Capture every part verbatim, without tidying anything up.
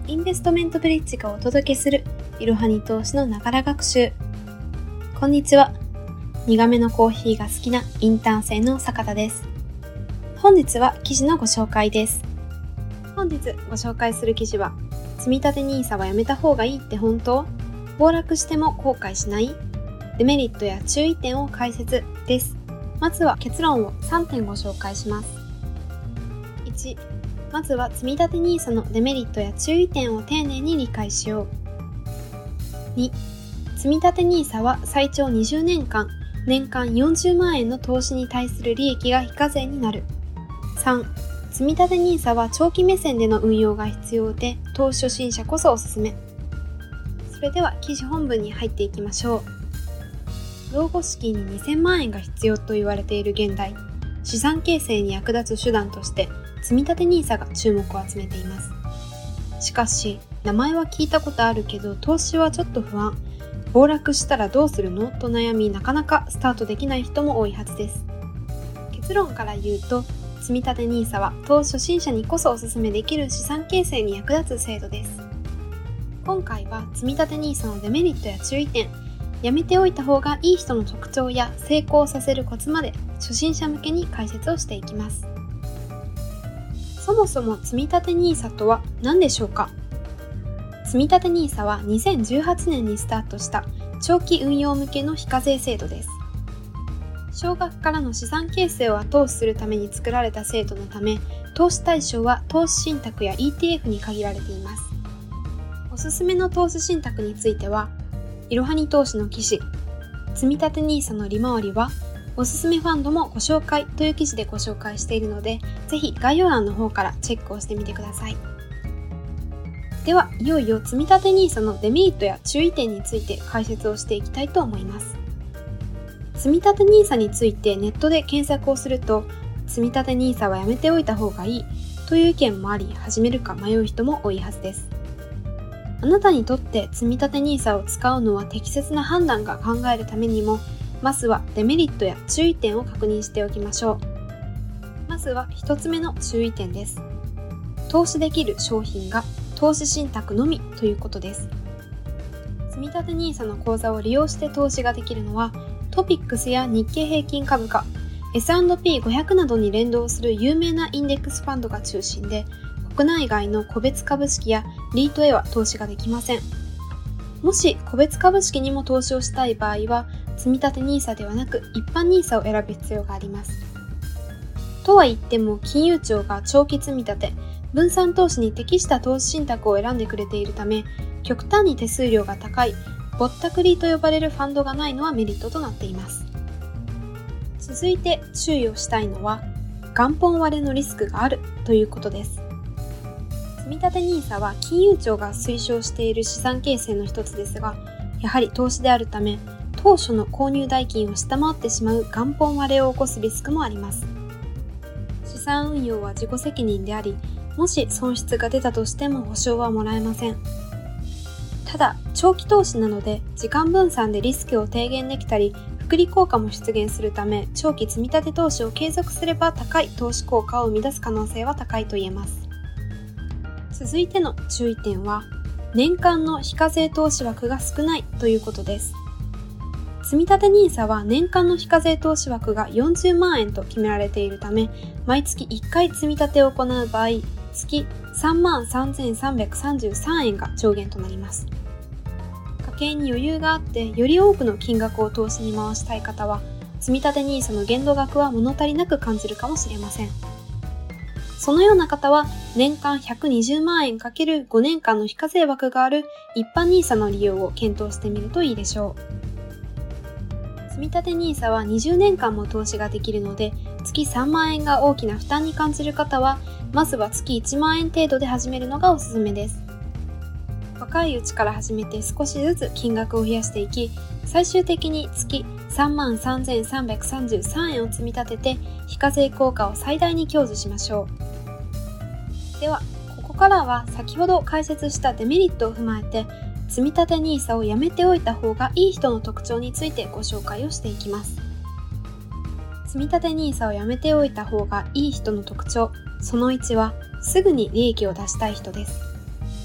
インベストメントブリッジがお届けするいろはに投資のながら学習。こんにちは。苦めのコーヒーが好きなインターン生の坂田です。本日は記事のご紹介です。本日ご紹介する記事は、積立 ニーサ はやめた方がいいって本当？暴落しても後悔しない？デメリットや注意点を解説です。まずは結論をさんてんご紹介します。いち、まずは積立 ニーサ のデメリットや注意点を丁寧に理解しよう。に、積立 ニーサ は最長にじゅうねんかん、年間よんじゅうまんえんの投資に対する利益が非課税になる。さん、積立 ニーサ は長期目線での運用が必要で、投資初心者こそおすすめ。それでは記事本文に入っていきましょう。老後資金ににせんまんえんが必要と言われている現代、資産形成に役立つ手段として積立 ニーサ が注目を集めています。しかし、名前は聞いたことあるけど投資はちょっと不安、暴落したらどうするのと悩み、なかなかスタートできない人も多いはずです。結論から言うと、積立 ニーサ は投資初心者にこそおすすめできる資産形成に役立つ制度です。今回は積立 ニーサ のデメリットや注意点、やめておいた方がいい人の特徴や成功させるコツまで初心者向けに解説をしていきます。そもそも積立 ニーサ とは何でしょうか？積立 ニーサ はにせんじゅうはちねんにスタートした長期運用向けの非課税制度です。少額からの資産形成を後押しするために作られた制度のため、投資対象は投資信託や イーティーエフ に限られています。おすすめの投資信託については、いろはに投資の記事、積立 ニーサ の利回りはおすすめファンドもご紹介という記事でご紹介しているので、ぜひ概要欄の方からチェックをしてみてください。では、いよいよ積立 ニーサ のデメリットや注意点について解説をしていきたいと思います。積立 ニーサ についてネットで検索をすると、積立 ニーサ はやめておいた方がいいという意見もあり、始めるか迷う人も多いはずです。あなたにとって積立 ニーサ を使うのは適切な判断が考えるためにも、まずはデメリットや注意点を確認しておきましょう。まずはひとつめの注意点です。投資できる商品が投資信託のみということです。積立 ニーサ の口座を利用して投資ができるのは、トピックスや日経平均株価、エスアンドピーごひゃく などに連動する有名なインデックスファンドが中心で、国内外の個別株式やリートへは投資ができません。もし個別株式にも投資をしたい場合は、積立 ニーサ ではなく一般 ニーサ を選ぶ必要があります。とは言っても、金融庁が長期積立、分散投資に適した投資信託を選んでくれているため、極端に手数料が高いぼったくりと呼ばれるファンドがないのはメリットとなっています。続いて注意をしたいのは、元本割れのリスクがあるということです。積立 ニーサ は金融庁が推奨している資産形成の一つですが、やはり投資であるため、当初の購入代金を下回ってしまう元本割れを起こすリスクもあります。資産運用は自己責任であり、もし損失が出たとしても保証はもらえません。ただ、長期投資なので時間分散でリスクを低減できたり、複利効果も出現するため、長期積立投資を継続すれば高い投資効果を生み出す可能性は高いと言えます。続いての注意点は、年間の非課税投資枠が少ないということです。積立 ニーサ は年間の非課税投資枠がよんじゅうまんえんと決められているため、毎月いっかい積み立てを行う場合、月さんまんさんぜんさんびゃくさんじゅうさんえんが上限となります。家計に余裕があってより多くの金額を投資に回したい方は、積立 ニーサ の限度額は物足りなく感じるかもしれません。そのような方は、年間ひゃくにじゅうまんえん ×ご 年間の非課税枠がある一般 ニーサ の利用を検討してみるといいでしょう。積立 ニーサ はにじゅうねんかんも投資ができるので、月さんまんえんが大きな負担に感じる方は、まずは月いちまんえん程度で始めるのがおすすめです。若いうちから始めて少しずつ金額を増やしていき、最終的に月さんまんさんぜんさんびゃくさんじゅうさんえんを積み立てて、非課税効果を最大に享受しましょう。では、ここからは先ほど解説したデメリットを踏まえて、積立 ニーサ をやめておいた方がいい人の特徴についてご紹介をしていきます。積立 ニーサ をやめておいた方がいい人の特徴、そのいちは、すぐに利益を出したい人です。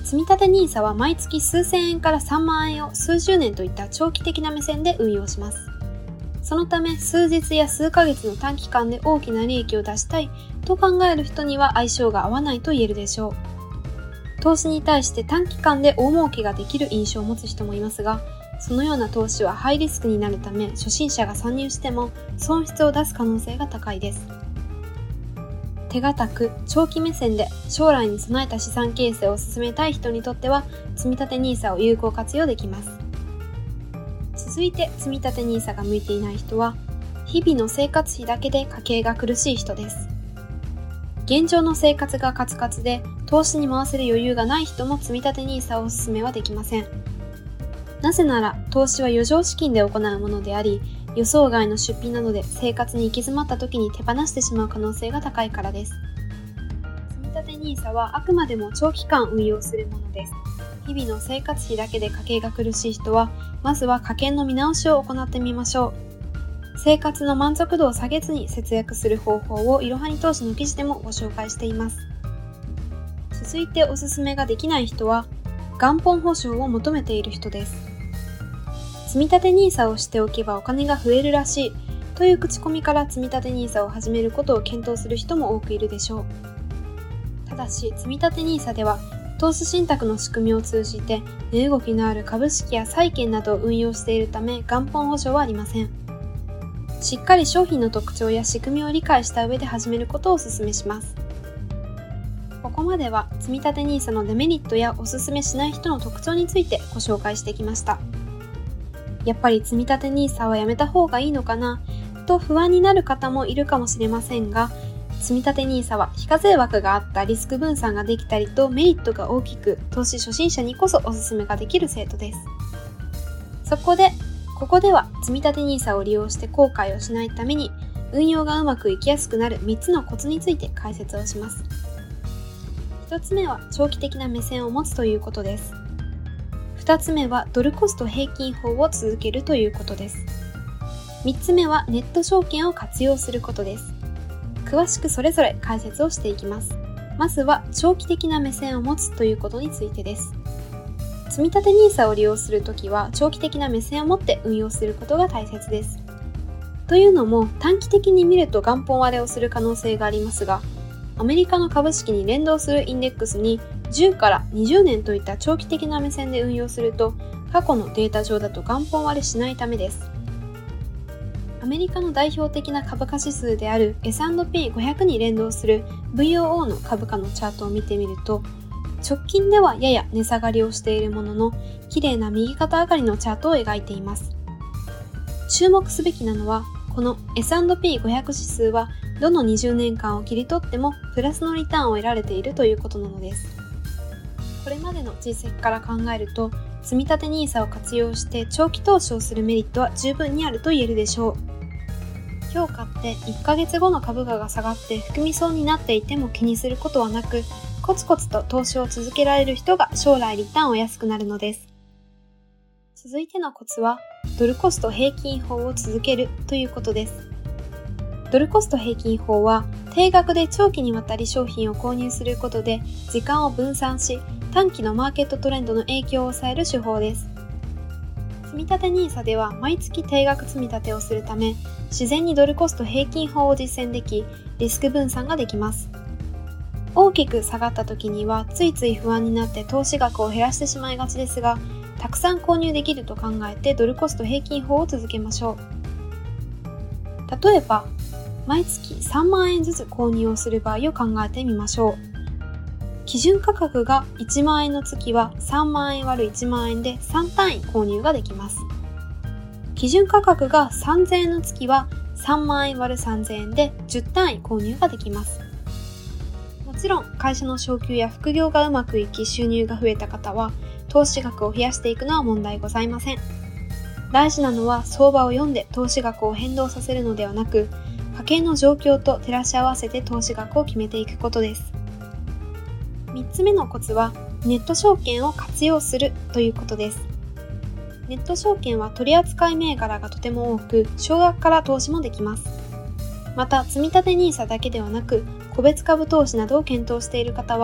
積立 ニーサ は毎月数千円からさんまんえんを数十年といった長期的な目線で運用します。そのため数日や数ヶ月の短期間で大きな利益を出したいと考える人には相性が合わないと言えるでしょう。投資に対して短期間で大儲けができる印象を持つ人もいますが、そのような投資はハイリスクになるため初心者が参入しても損失を出す可能性が高いです。手堅く長期目線で将来に備えた資産形成を進めたい人にとっては積立 ニーサ を有効活用できます。続いて積立 ニーサ が向いていない人は日々の生活費だけで家計が苦しい人です。現状の生活がカツカツで投資に回せる余裕がない人も積立 ニーサ をおすすめはできません。なぜなら投資は余剰資金で行うものであり、予想外の出費などで生活に行き詰まった時に手放してしまう可能性が高いからです。積立 ニーサ はあくまでも長期間運用するものです。日々の生活費だけで家計が苦しい人は、まずは家計の見直しを行ってみましょう。生活の満足度を下げずに節約する方法をいろはに投資の記事でもご紹介しています。続いておすすめができない人は、元本保証を求めている人です。積立 ニーサ をしておけばお金が増えるらしいという口コミから積立 ニーサ を始めることを検討する人も多くいるでしょう。ただし積立 ニーサ では投資信託の仕組みを通じて値動きのある株式や債券などを運用しているため元本保証はありません。しっかり商品の特徴や仕組みを理解した上で始めることをお勧めします。ここまでは積立 ニーサ のデメリットやおすすめしない人の特徴についてご紹介してきました。やっぱり積立 ニーサ はやめた方がいいのかなと不安になる方もいるかもしれませんが、積立 ニーサ は非課税枠があったリスク分散ができたりとメリットが大きく、投資初心者にこそおすすめができる制度です。そこで、ここでは積立 ニーサ を利用して後悔をしないために運用がうまくいきやすくなるみっつのコツについて解説をします。ひとつめは長期的な目線を持つということです。ふたつめはドルコスト平均法を続けるということです。みっつめはネット証券を活用することです。詳しくそれぞれ解説をしていきます。まずは長期的な目線を持つということについてです。積立 ニーサ を利用するときは長期的な目線を持って運用することが大切です。というのも短期的に見ると元本割れをする可能性がありますが、アメリカの株式に連動するインデックスにじゅうからにじゅうねんといった長期的な目線で運用すると過去のデータ上だと元本割れしないためです。アメリカの代表的な株価指数である エスアンドピーごひゃく に連動する ブイオーオー の株価のチャートを見てみると、直近ではやや値下がりをしているものの綺麗な右肩上がりのチャートを描いています。注目すべきなのはこの エスアンドピーごひゃく 指数はどのにじゅうねんかんを切り取ってもプラスのリターンを得られているということなのです。これまでの実績から考えると、積立 ニーサ を活用して長期投資をするメリットは十分にあると言えるでしょう。今日買っていっかげつごの株価が下がって含み損になっていても気にすることはなく、コツコツと投資を続けられる人が将来リターンを安くなるのです。続いてのコツは、ドルコスト平均法を続けるということです。ドルコスト平均法は、定額で長期にわたり商品を購入することで時間を分散し、短期のマーケットトレンドの影響を抑える手法です。積立 ニーサ では毎月定額積み立てをするため、自然にドルコスト平均法を実践でき、リスク分散ができます。大きく下がった時にはついつい不安になって投資額を減らしてしまいがちですが、たくさん購入できると考えてドルコスト平均法を続けましょう。例えば、毎月さんまんえんずつ購入をする場合を考えてみましょう。基準価格がいちまんえんの月はさんまんえん割るいちまんえんでさん単位購入ができます。基準価格がさんぜんえんの月はさんまんえん割るさんぜんえんでじゅう単位購入ができます。もちろん会社の昇給や副業がうまくいき収入が増えた方は投資額を増やしていくのは問題ございません。大事なのは相場を読んで投資額を変動させるのではなく、家計の状況と照らし合わせて投資額を決めていくことです。みっつめのコツは、ネット証券を活用するということです。ネット証券は取扱い銘柄がとても多く、少額から投資もできます。また、積立 ニーサ だけではなく、個別株投資などを検討している方は、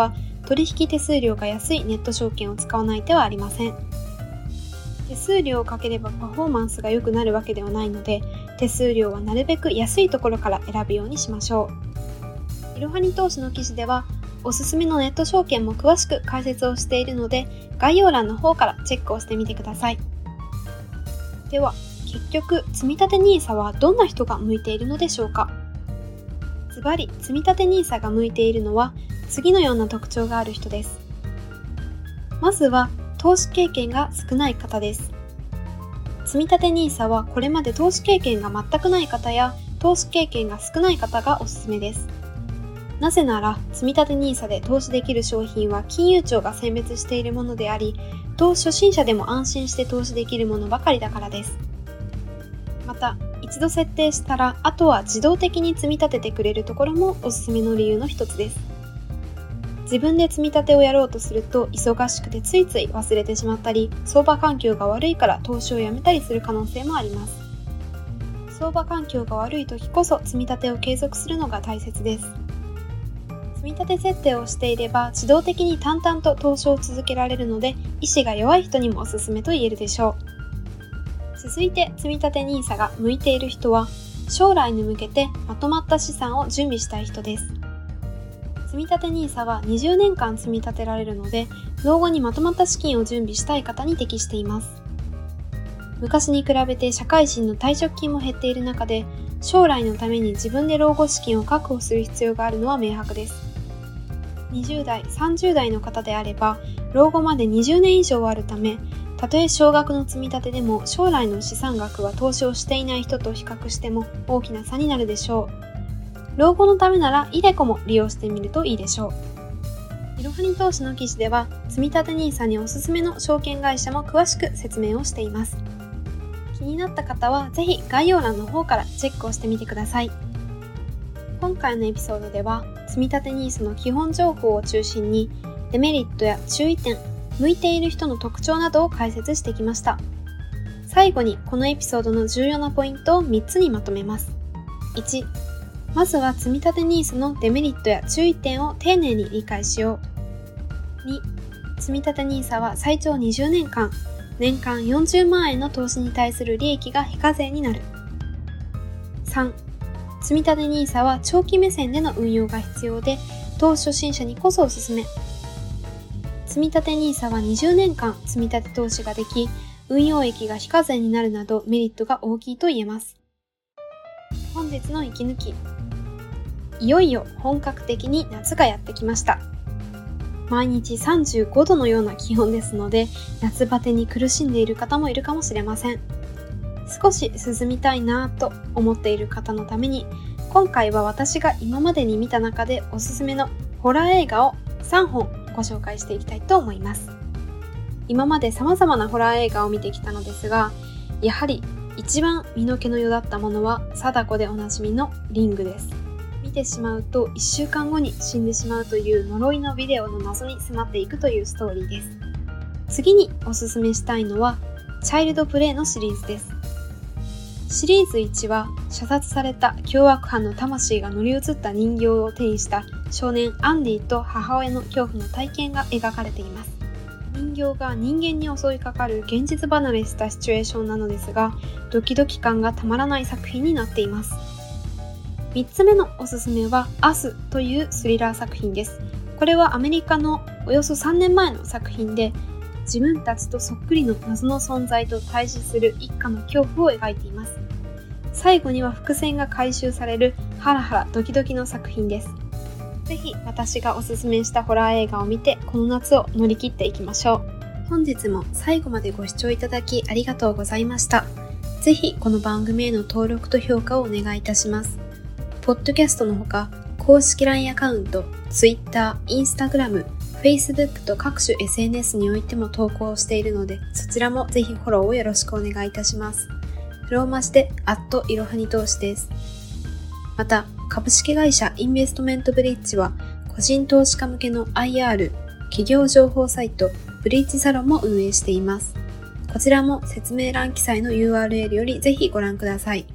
取引手数料が安いネット証券を使わない手はありません。手数料をかければパフォーマンスが良くなるわけではないので、手数料はなるべく安いところから選ぶようにしましょう。いろはに投資の記事ではおすすめのネット証券も詳しく解説をしているので、概要欄の方からチェックをしてみてください。では、結局積立 ニーサ はどんな人が向いているのでしょうか。ズバリ積立 ニーサ が向いているのは次のような特徴がある人です。まずは投資経験が少ない方です。積立 ニーサ はこれまで投資経験が全くない方や投資経験が少ない方がおすすめです。なぜなら積立 ニーサ で投資できる商品は金融庁が選別しているものであり、投資初心者でも安心して投資できるものばかりだからです。また、一度設定したらあとは自動的に積み立ててくれるところもおすすめの理由の一つです。自分で積み立てをやろうとすると忙しくてついつい忘れてしまったり、相場環境が悪いから投資をやめたりする可能性もあります。相場環境が悪い時こそ積み立てを継続するのが大切です。積み立て設定をしていれば自動的に淡々と投資を続けられるので、意志が弱い人にもおすすめと言えるでしょう。続いて積立 ニーサ が向いている人は、将来に向けてまとまった資産を準備したい人です。積立 ニーサ はにじゅうねんかん積み立てられるので、老後にまとまった資金を準備したい方に適しています。昔に比べて社会人の退職金も減っている中で、将来のために自分で老後資金を確保する必要があるのは明白です。にじゅうだい、さんじゅうだいの方であれば、老後までにじゅうねん以上あるため、たとえ少額の積み立てでも将来の資産額は投資をしていない人と比較しても大きな差になるでしょう。老後のためならイデコも利用してみるといいでしょう。いろはに投資の記事では、積立 ニーサ におすすめの証券会社も詳しく説明をしています。気になった方はぜひ概要欄の方からチェックをしてみてください。今回のエピソードでは、積立 ニーサ の基本情報を中心に、デメリットや注意点、向いている人の特徴などを解説してきました。最後にこのエピソードの重要なポイントをみっつにまとめます。いち、まずは積立 ニーサ のデメリットや注意点を丁寧に理解しよう。に、積立 ニーサ は最長にじゅうねんかん、年間よんじゅうまんえんの投資に対する利益が非課税になる。さん、積立 ニーサ は長期目線での運用が必要で、投資初心者にこそおすすめ。積立 ニーサ はにじゅうねんかん積立投資ができ、運用益が非課税になるなどメリットが大きいと言えます。本日の息抜き。いよいよ本格的に夏がやってきました。毎日さんじゅうごどのような気温ですので、夏バテに苦しんでいる方もいるかもしれません。少し涼みたいなぁと思っている方のために、今回は私が今までに見た中でおすすめのホラー映画をさんほんご紹介していきたいと思います。今まで様々なホラー映画を見てきたのですが、やはり一番身の毛のよだったものは貞子でおなじみのリングです。見てしまうといっしゅうかんごに死んでしまうという呪いのビデオの謎に迫っていくというストーリーです。次におすすめしたいのはチャイルドプレイのシリーズです。シリーズいちは射殺された凶悪犯の魂が乗り移った人形を手にした少年アンディと母親の恐怖の体験が描かれています。人形が人間に襲いかかる現実離れしたシチュエーションなのですが、ドキドキ感がたまらない作品になっています。みっつめのおすすめはアスというスリラー作品です。これはアメリカのおよそさんねんまえの作品で、自分たちとそっくりの謎の存在と対峙する一家の恐怖を描いています。最後には伏線が回収されるハラハラドキドキの作品です。ぜひ私がおすすめしたホラー映画を見てこの夏を乗り切っていきましょう。本日も最後までご視聴いただきありがとうございました。ぜひこの番組への登録と評価をお願いいたします。ポッドキャストのほか公式 ライン アカウント、Twitter、Instagram、Facebook と各種 エスエヌエス においても投稿しているので、そちらもぜひフォローをよろしくお願いいたします。ローマ字でアットいろはに投資です。また、株式会社インベストメントブリッジは、個人投資家向けの アイアール、企業情報サイト、ブリッジサロンも運営しています。こちらも説明欄記載の ユーアールエル よりぜひご覧ください。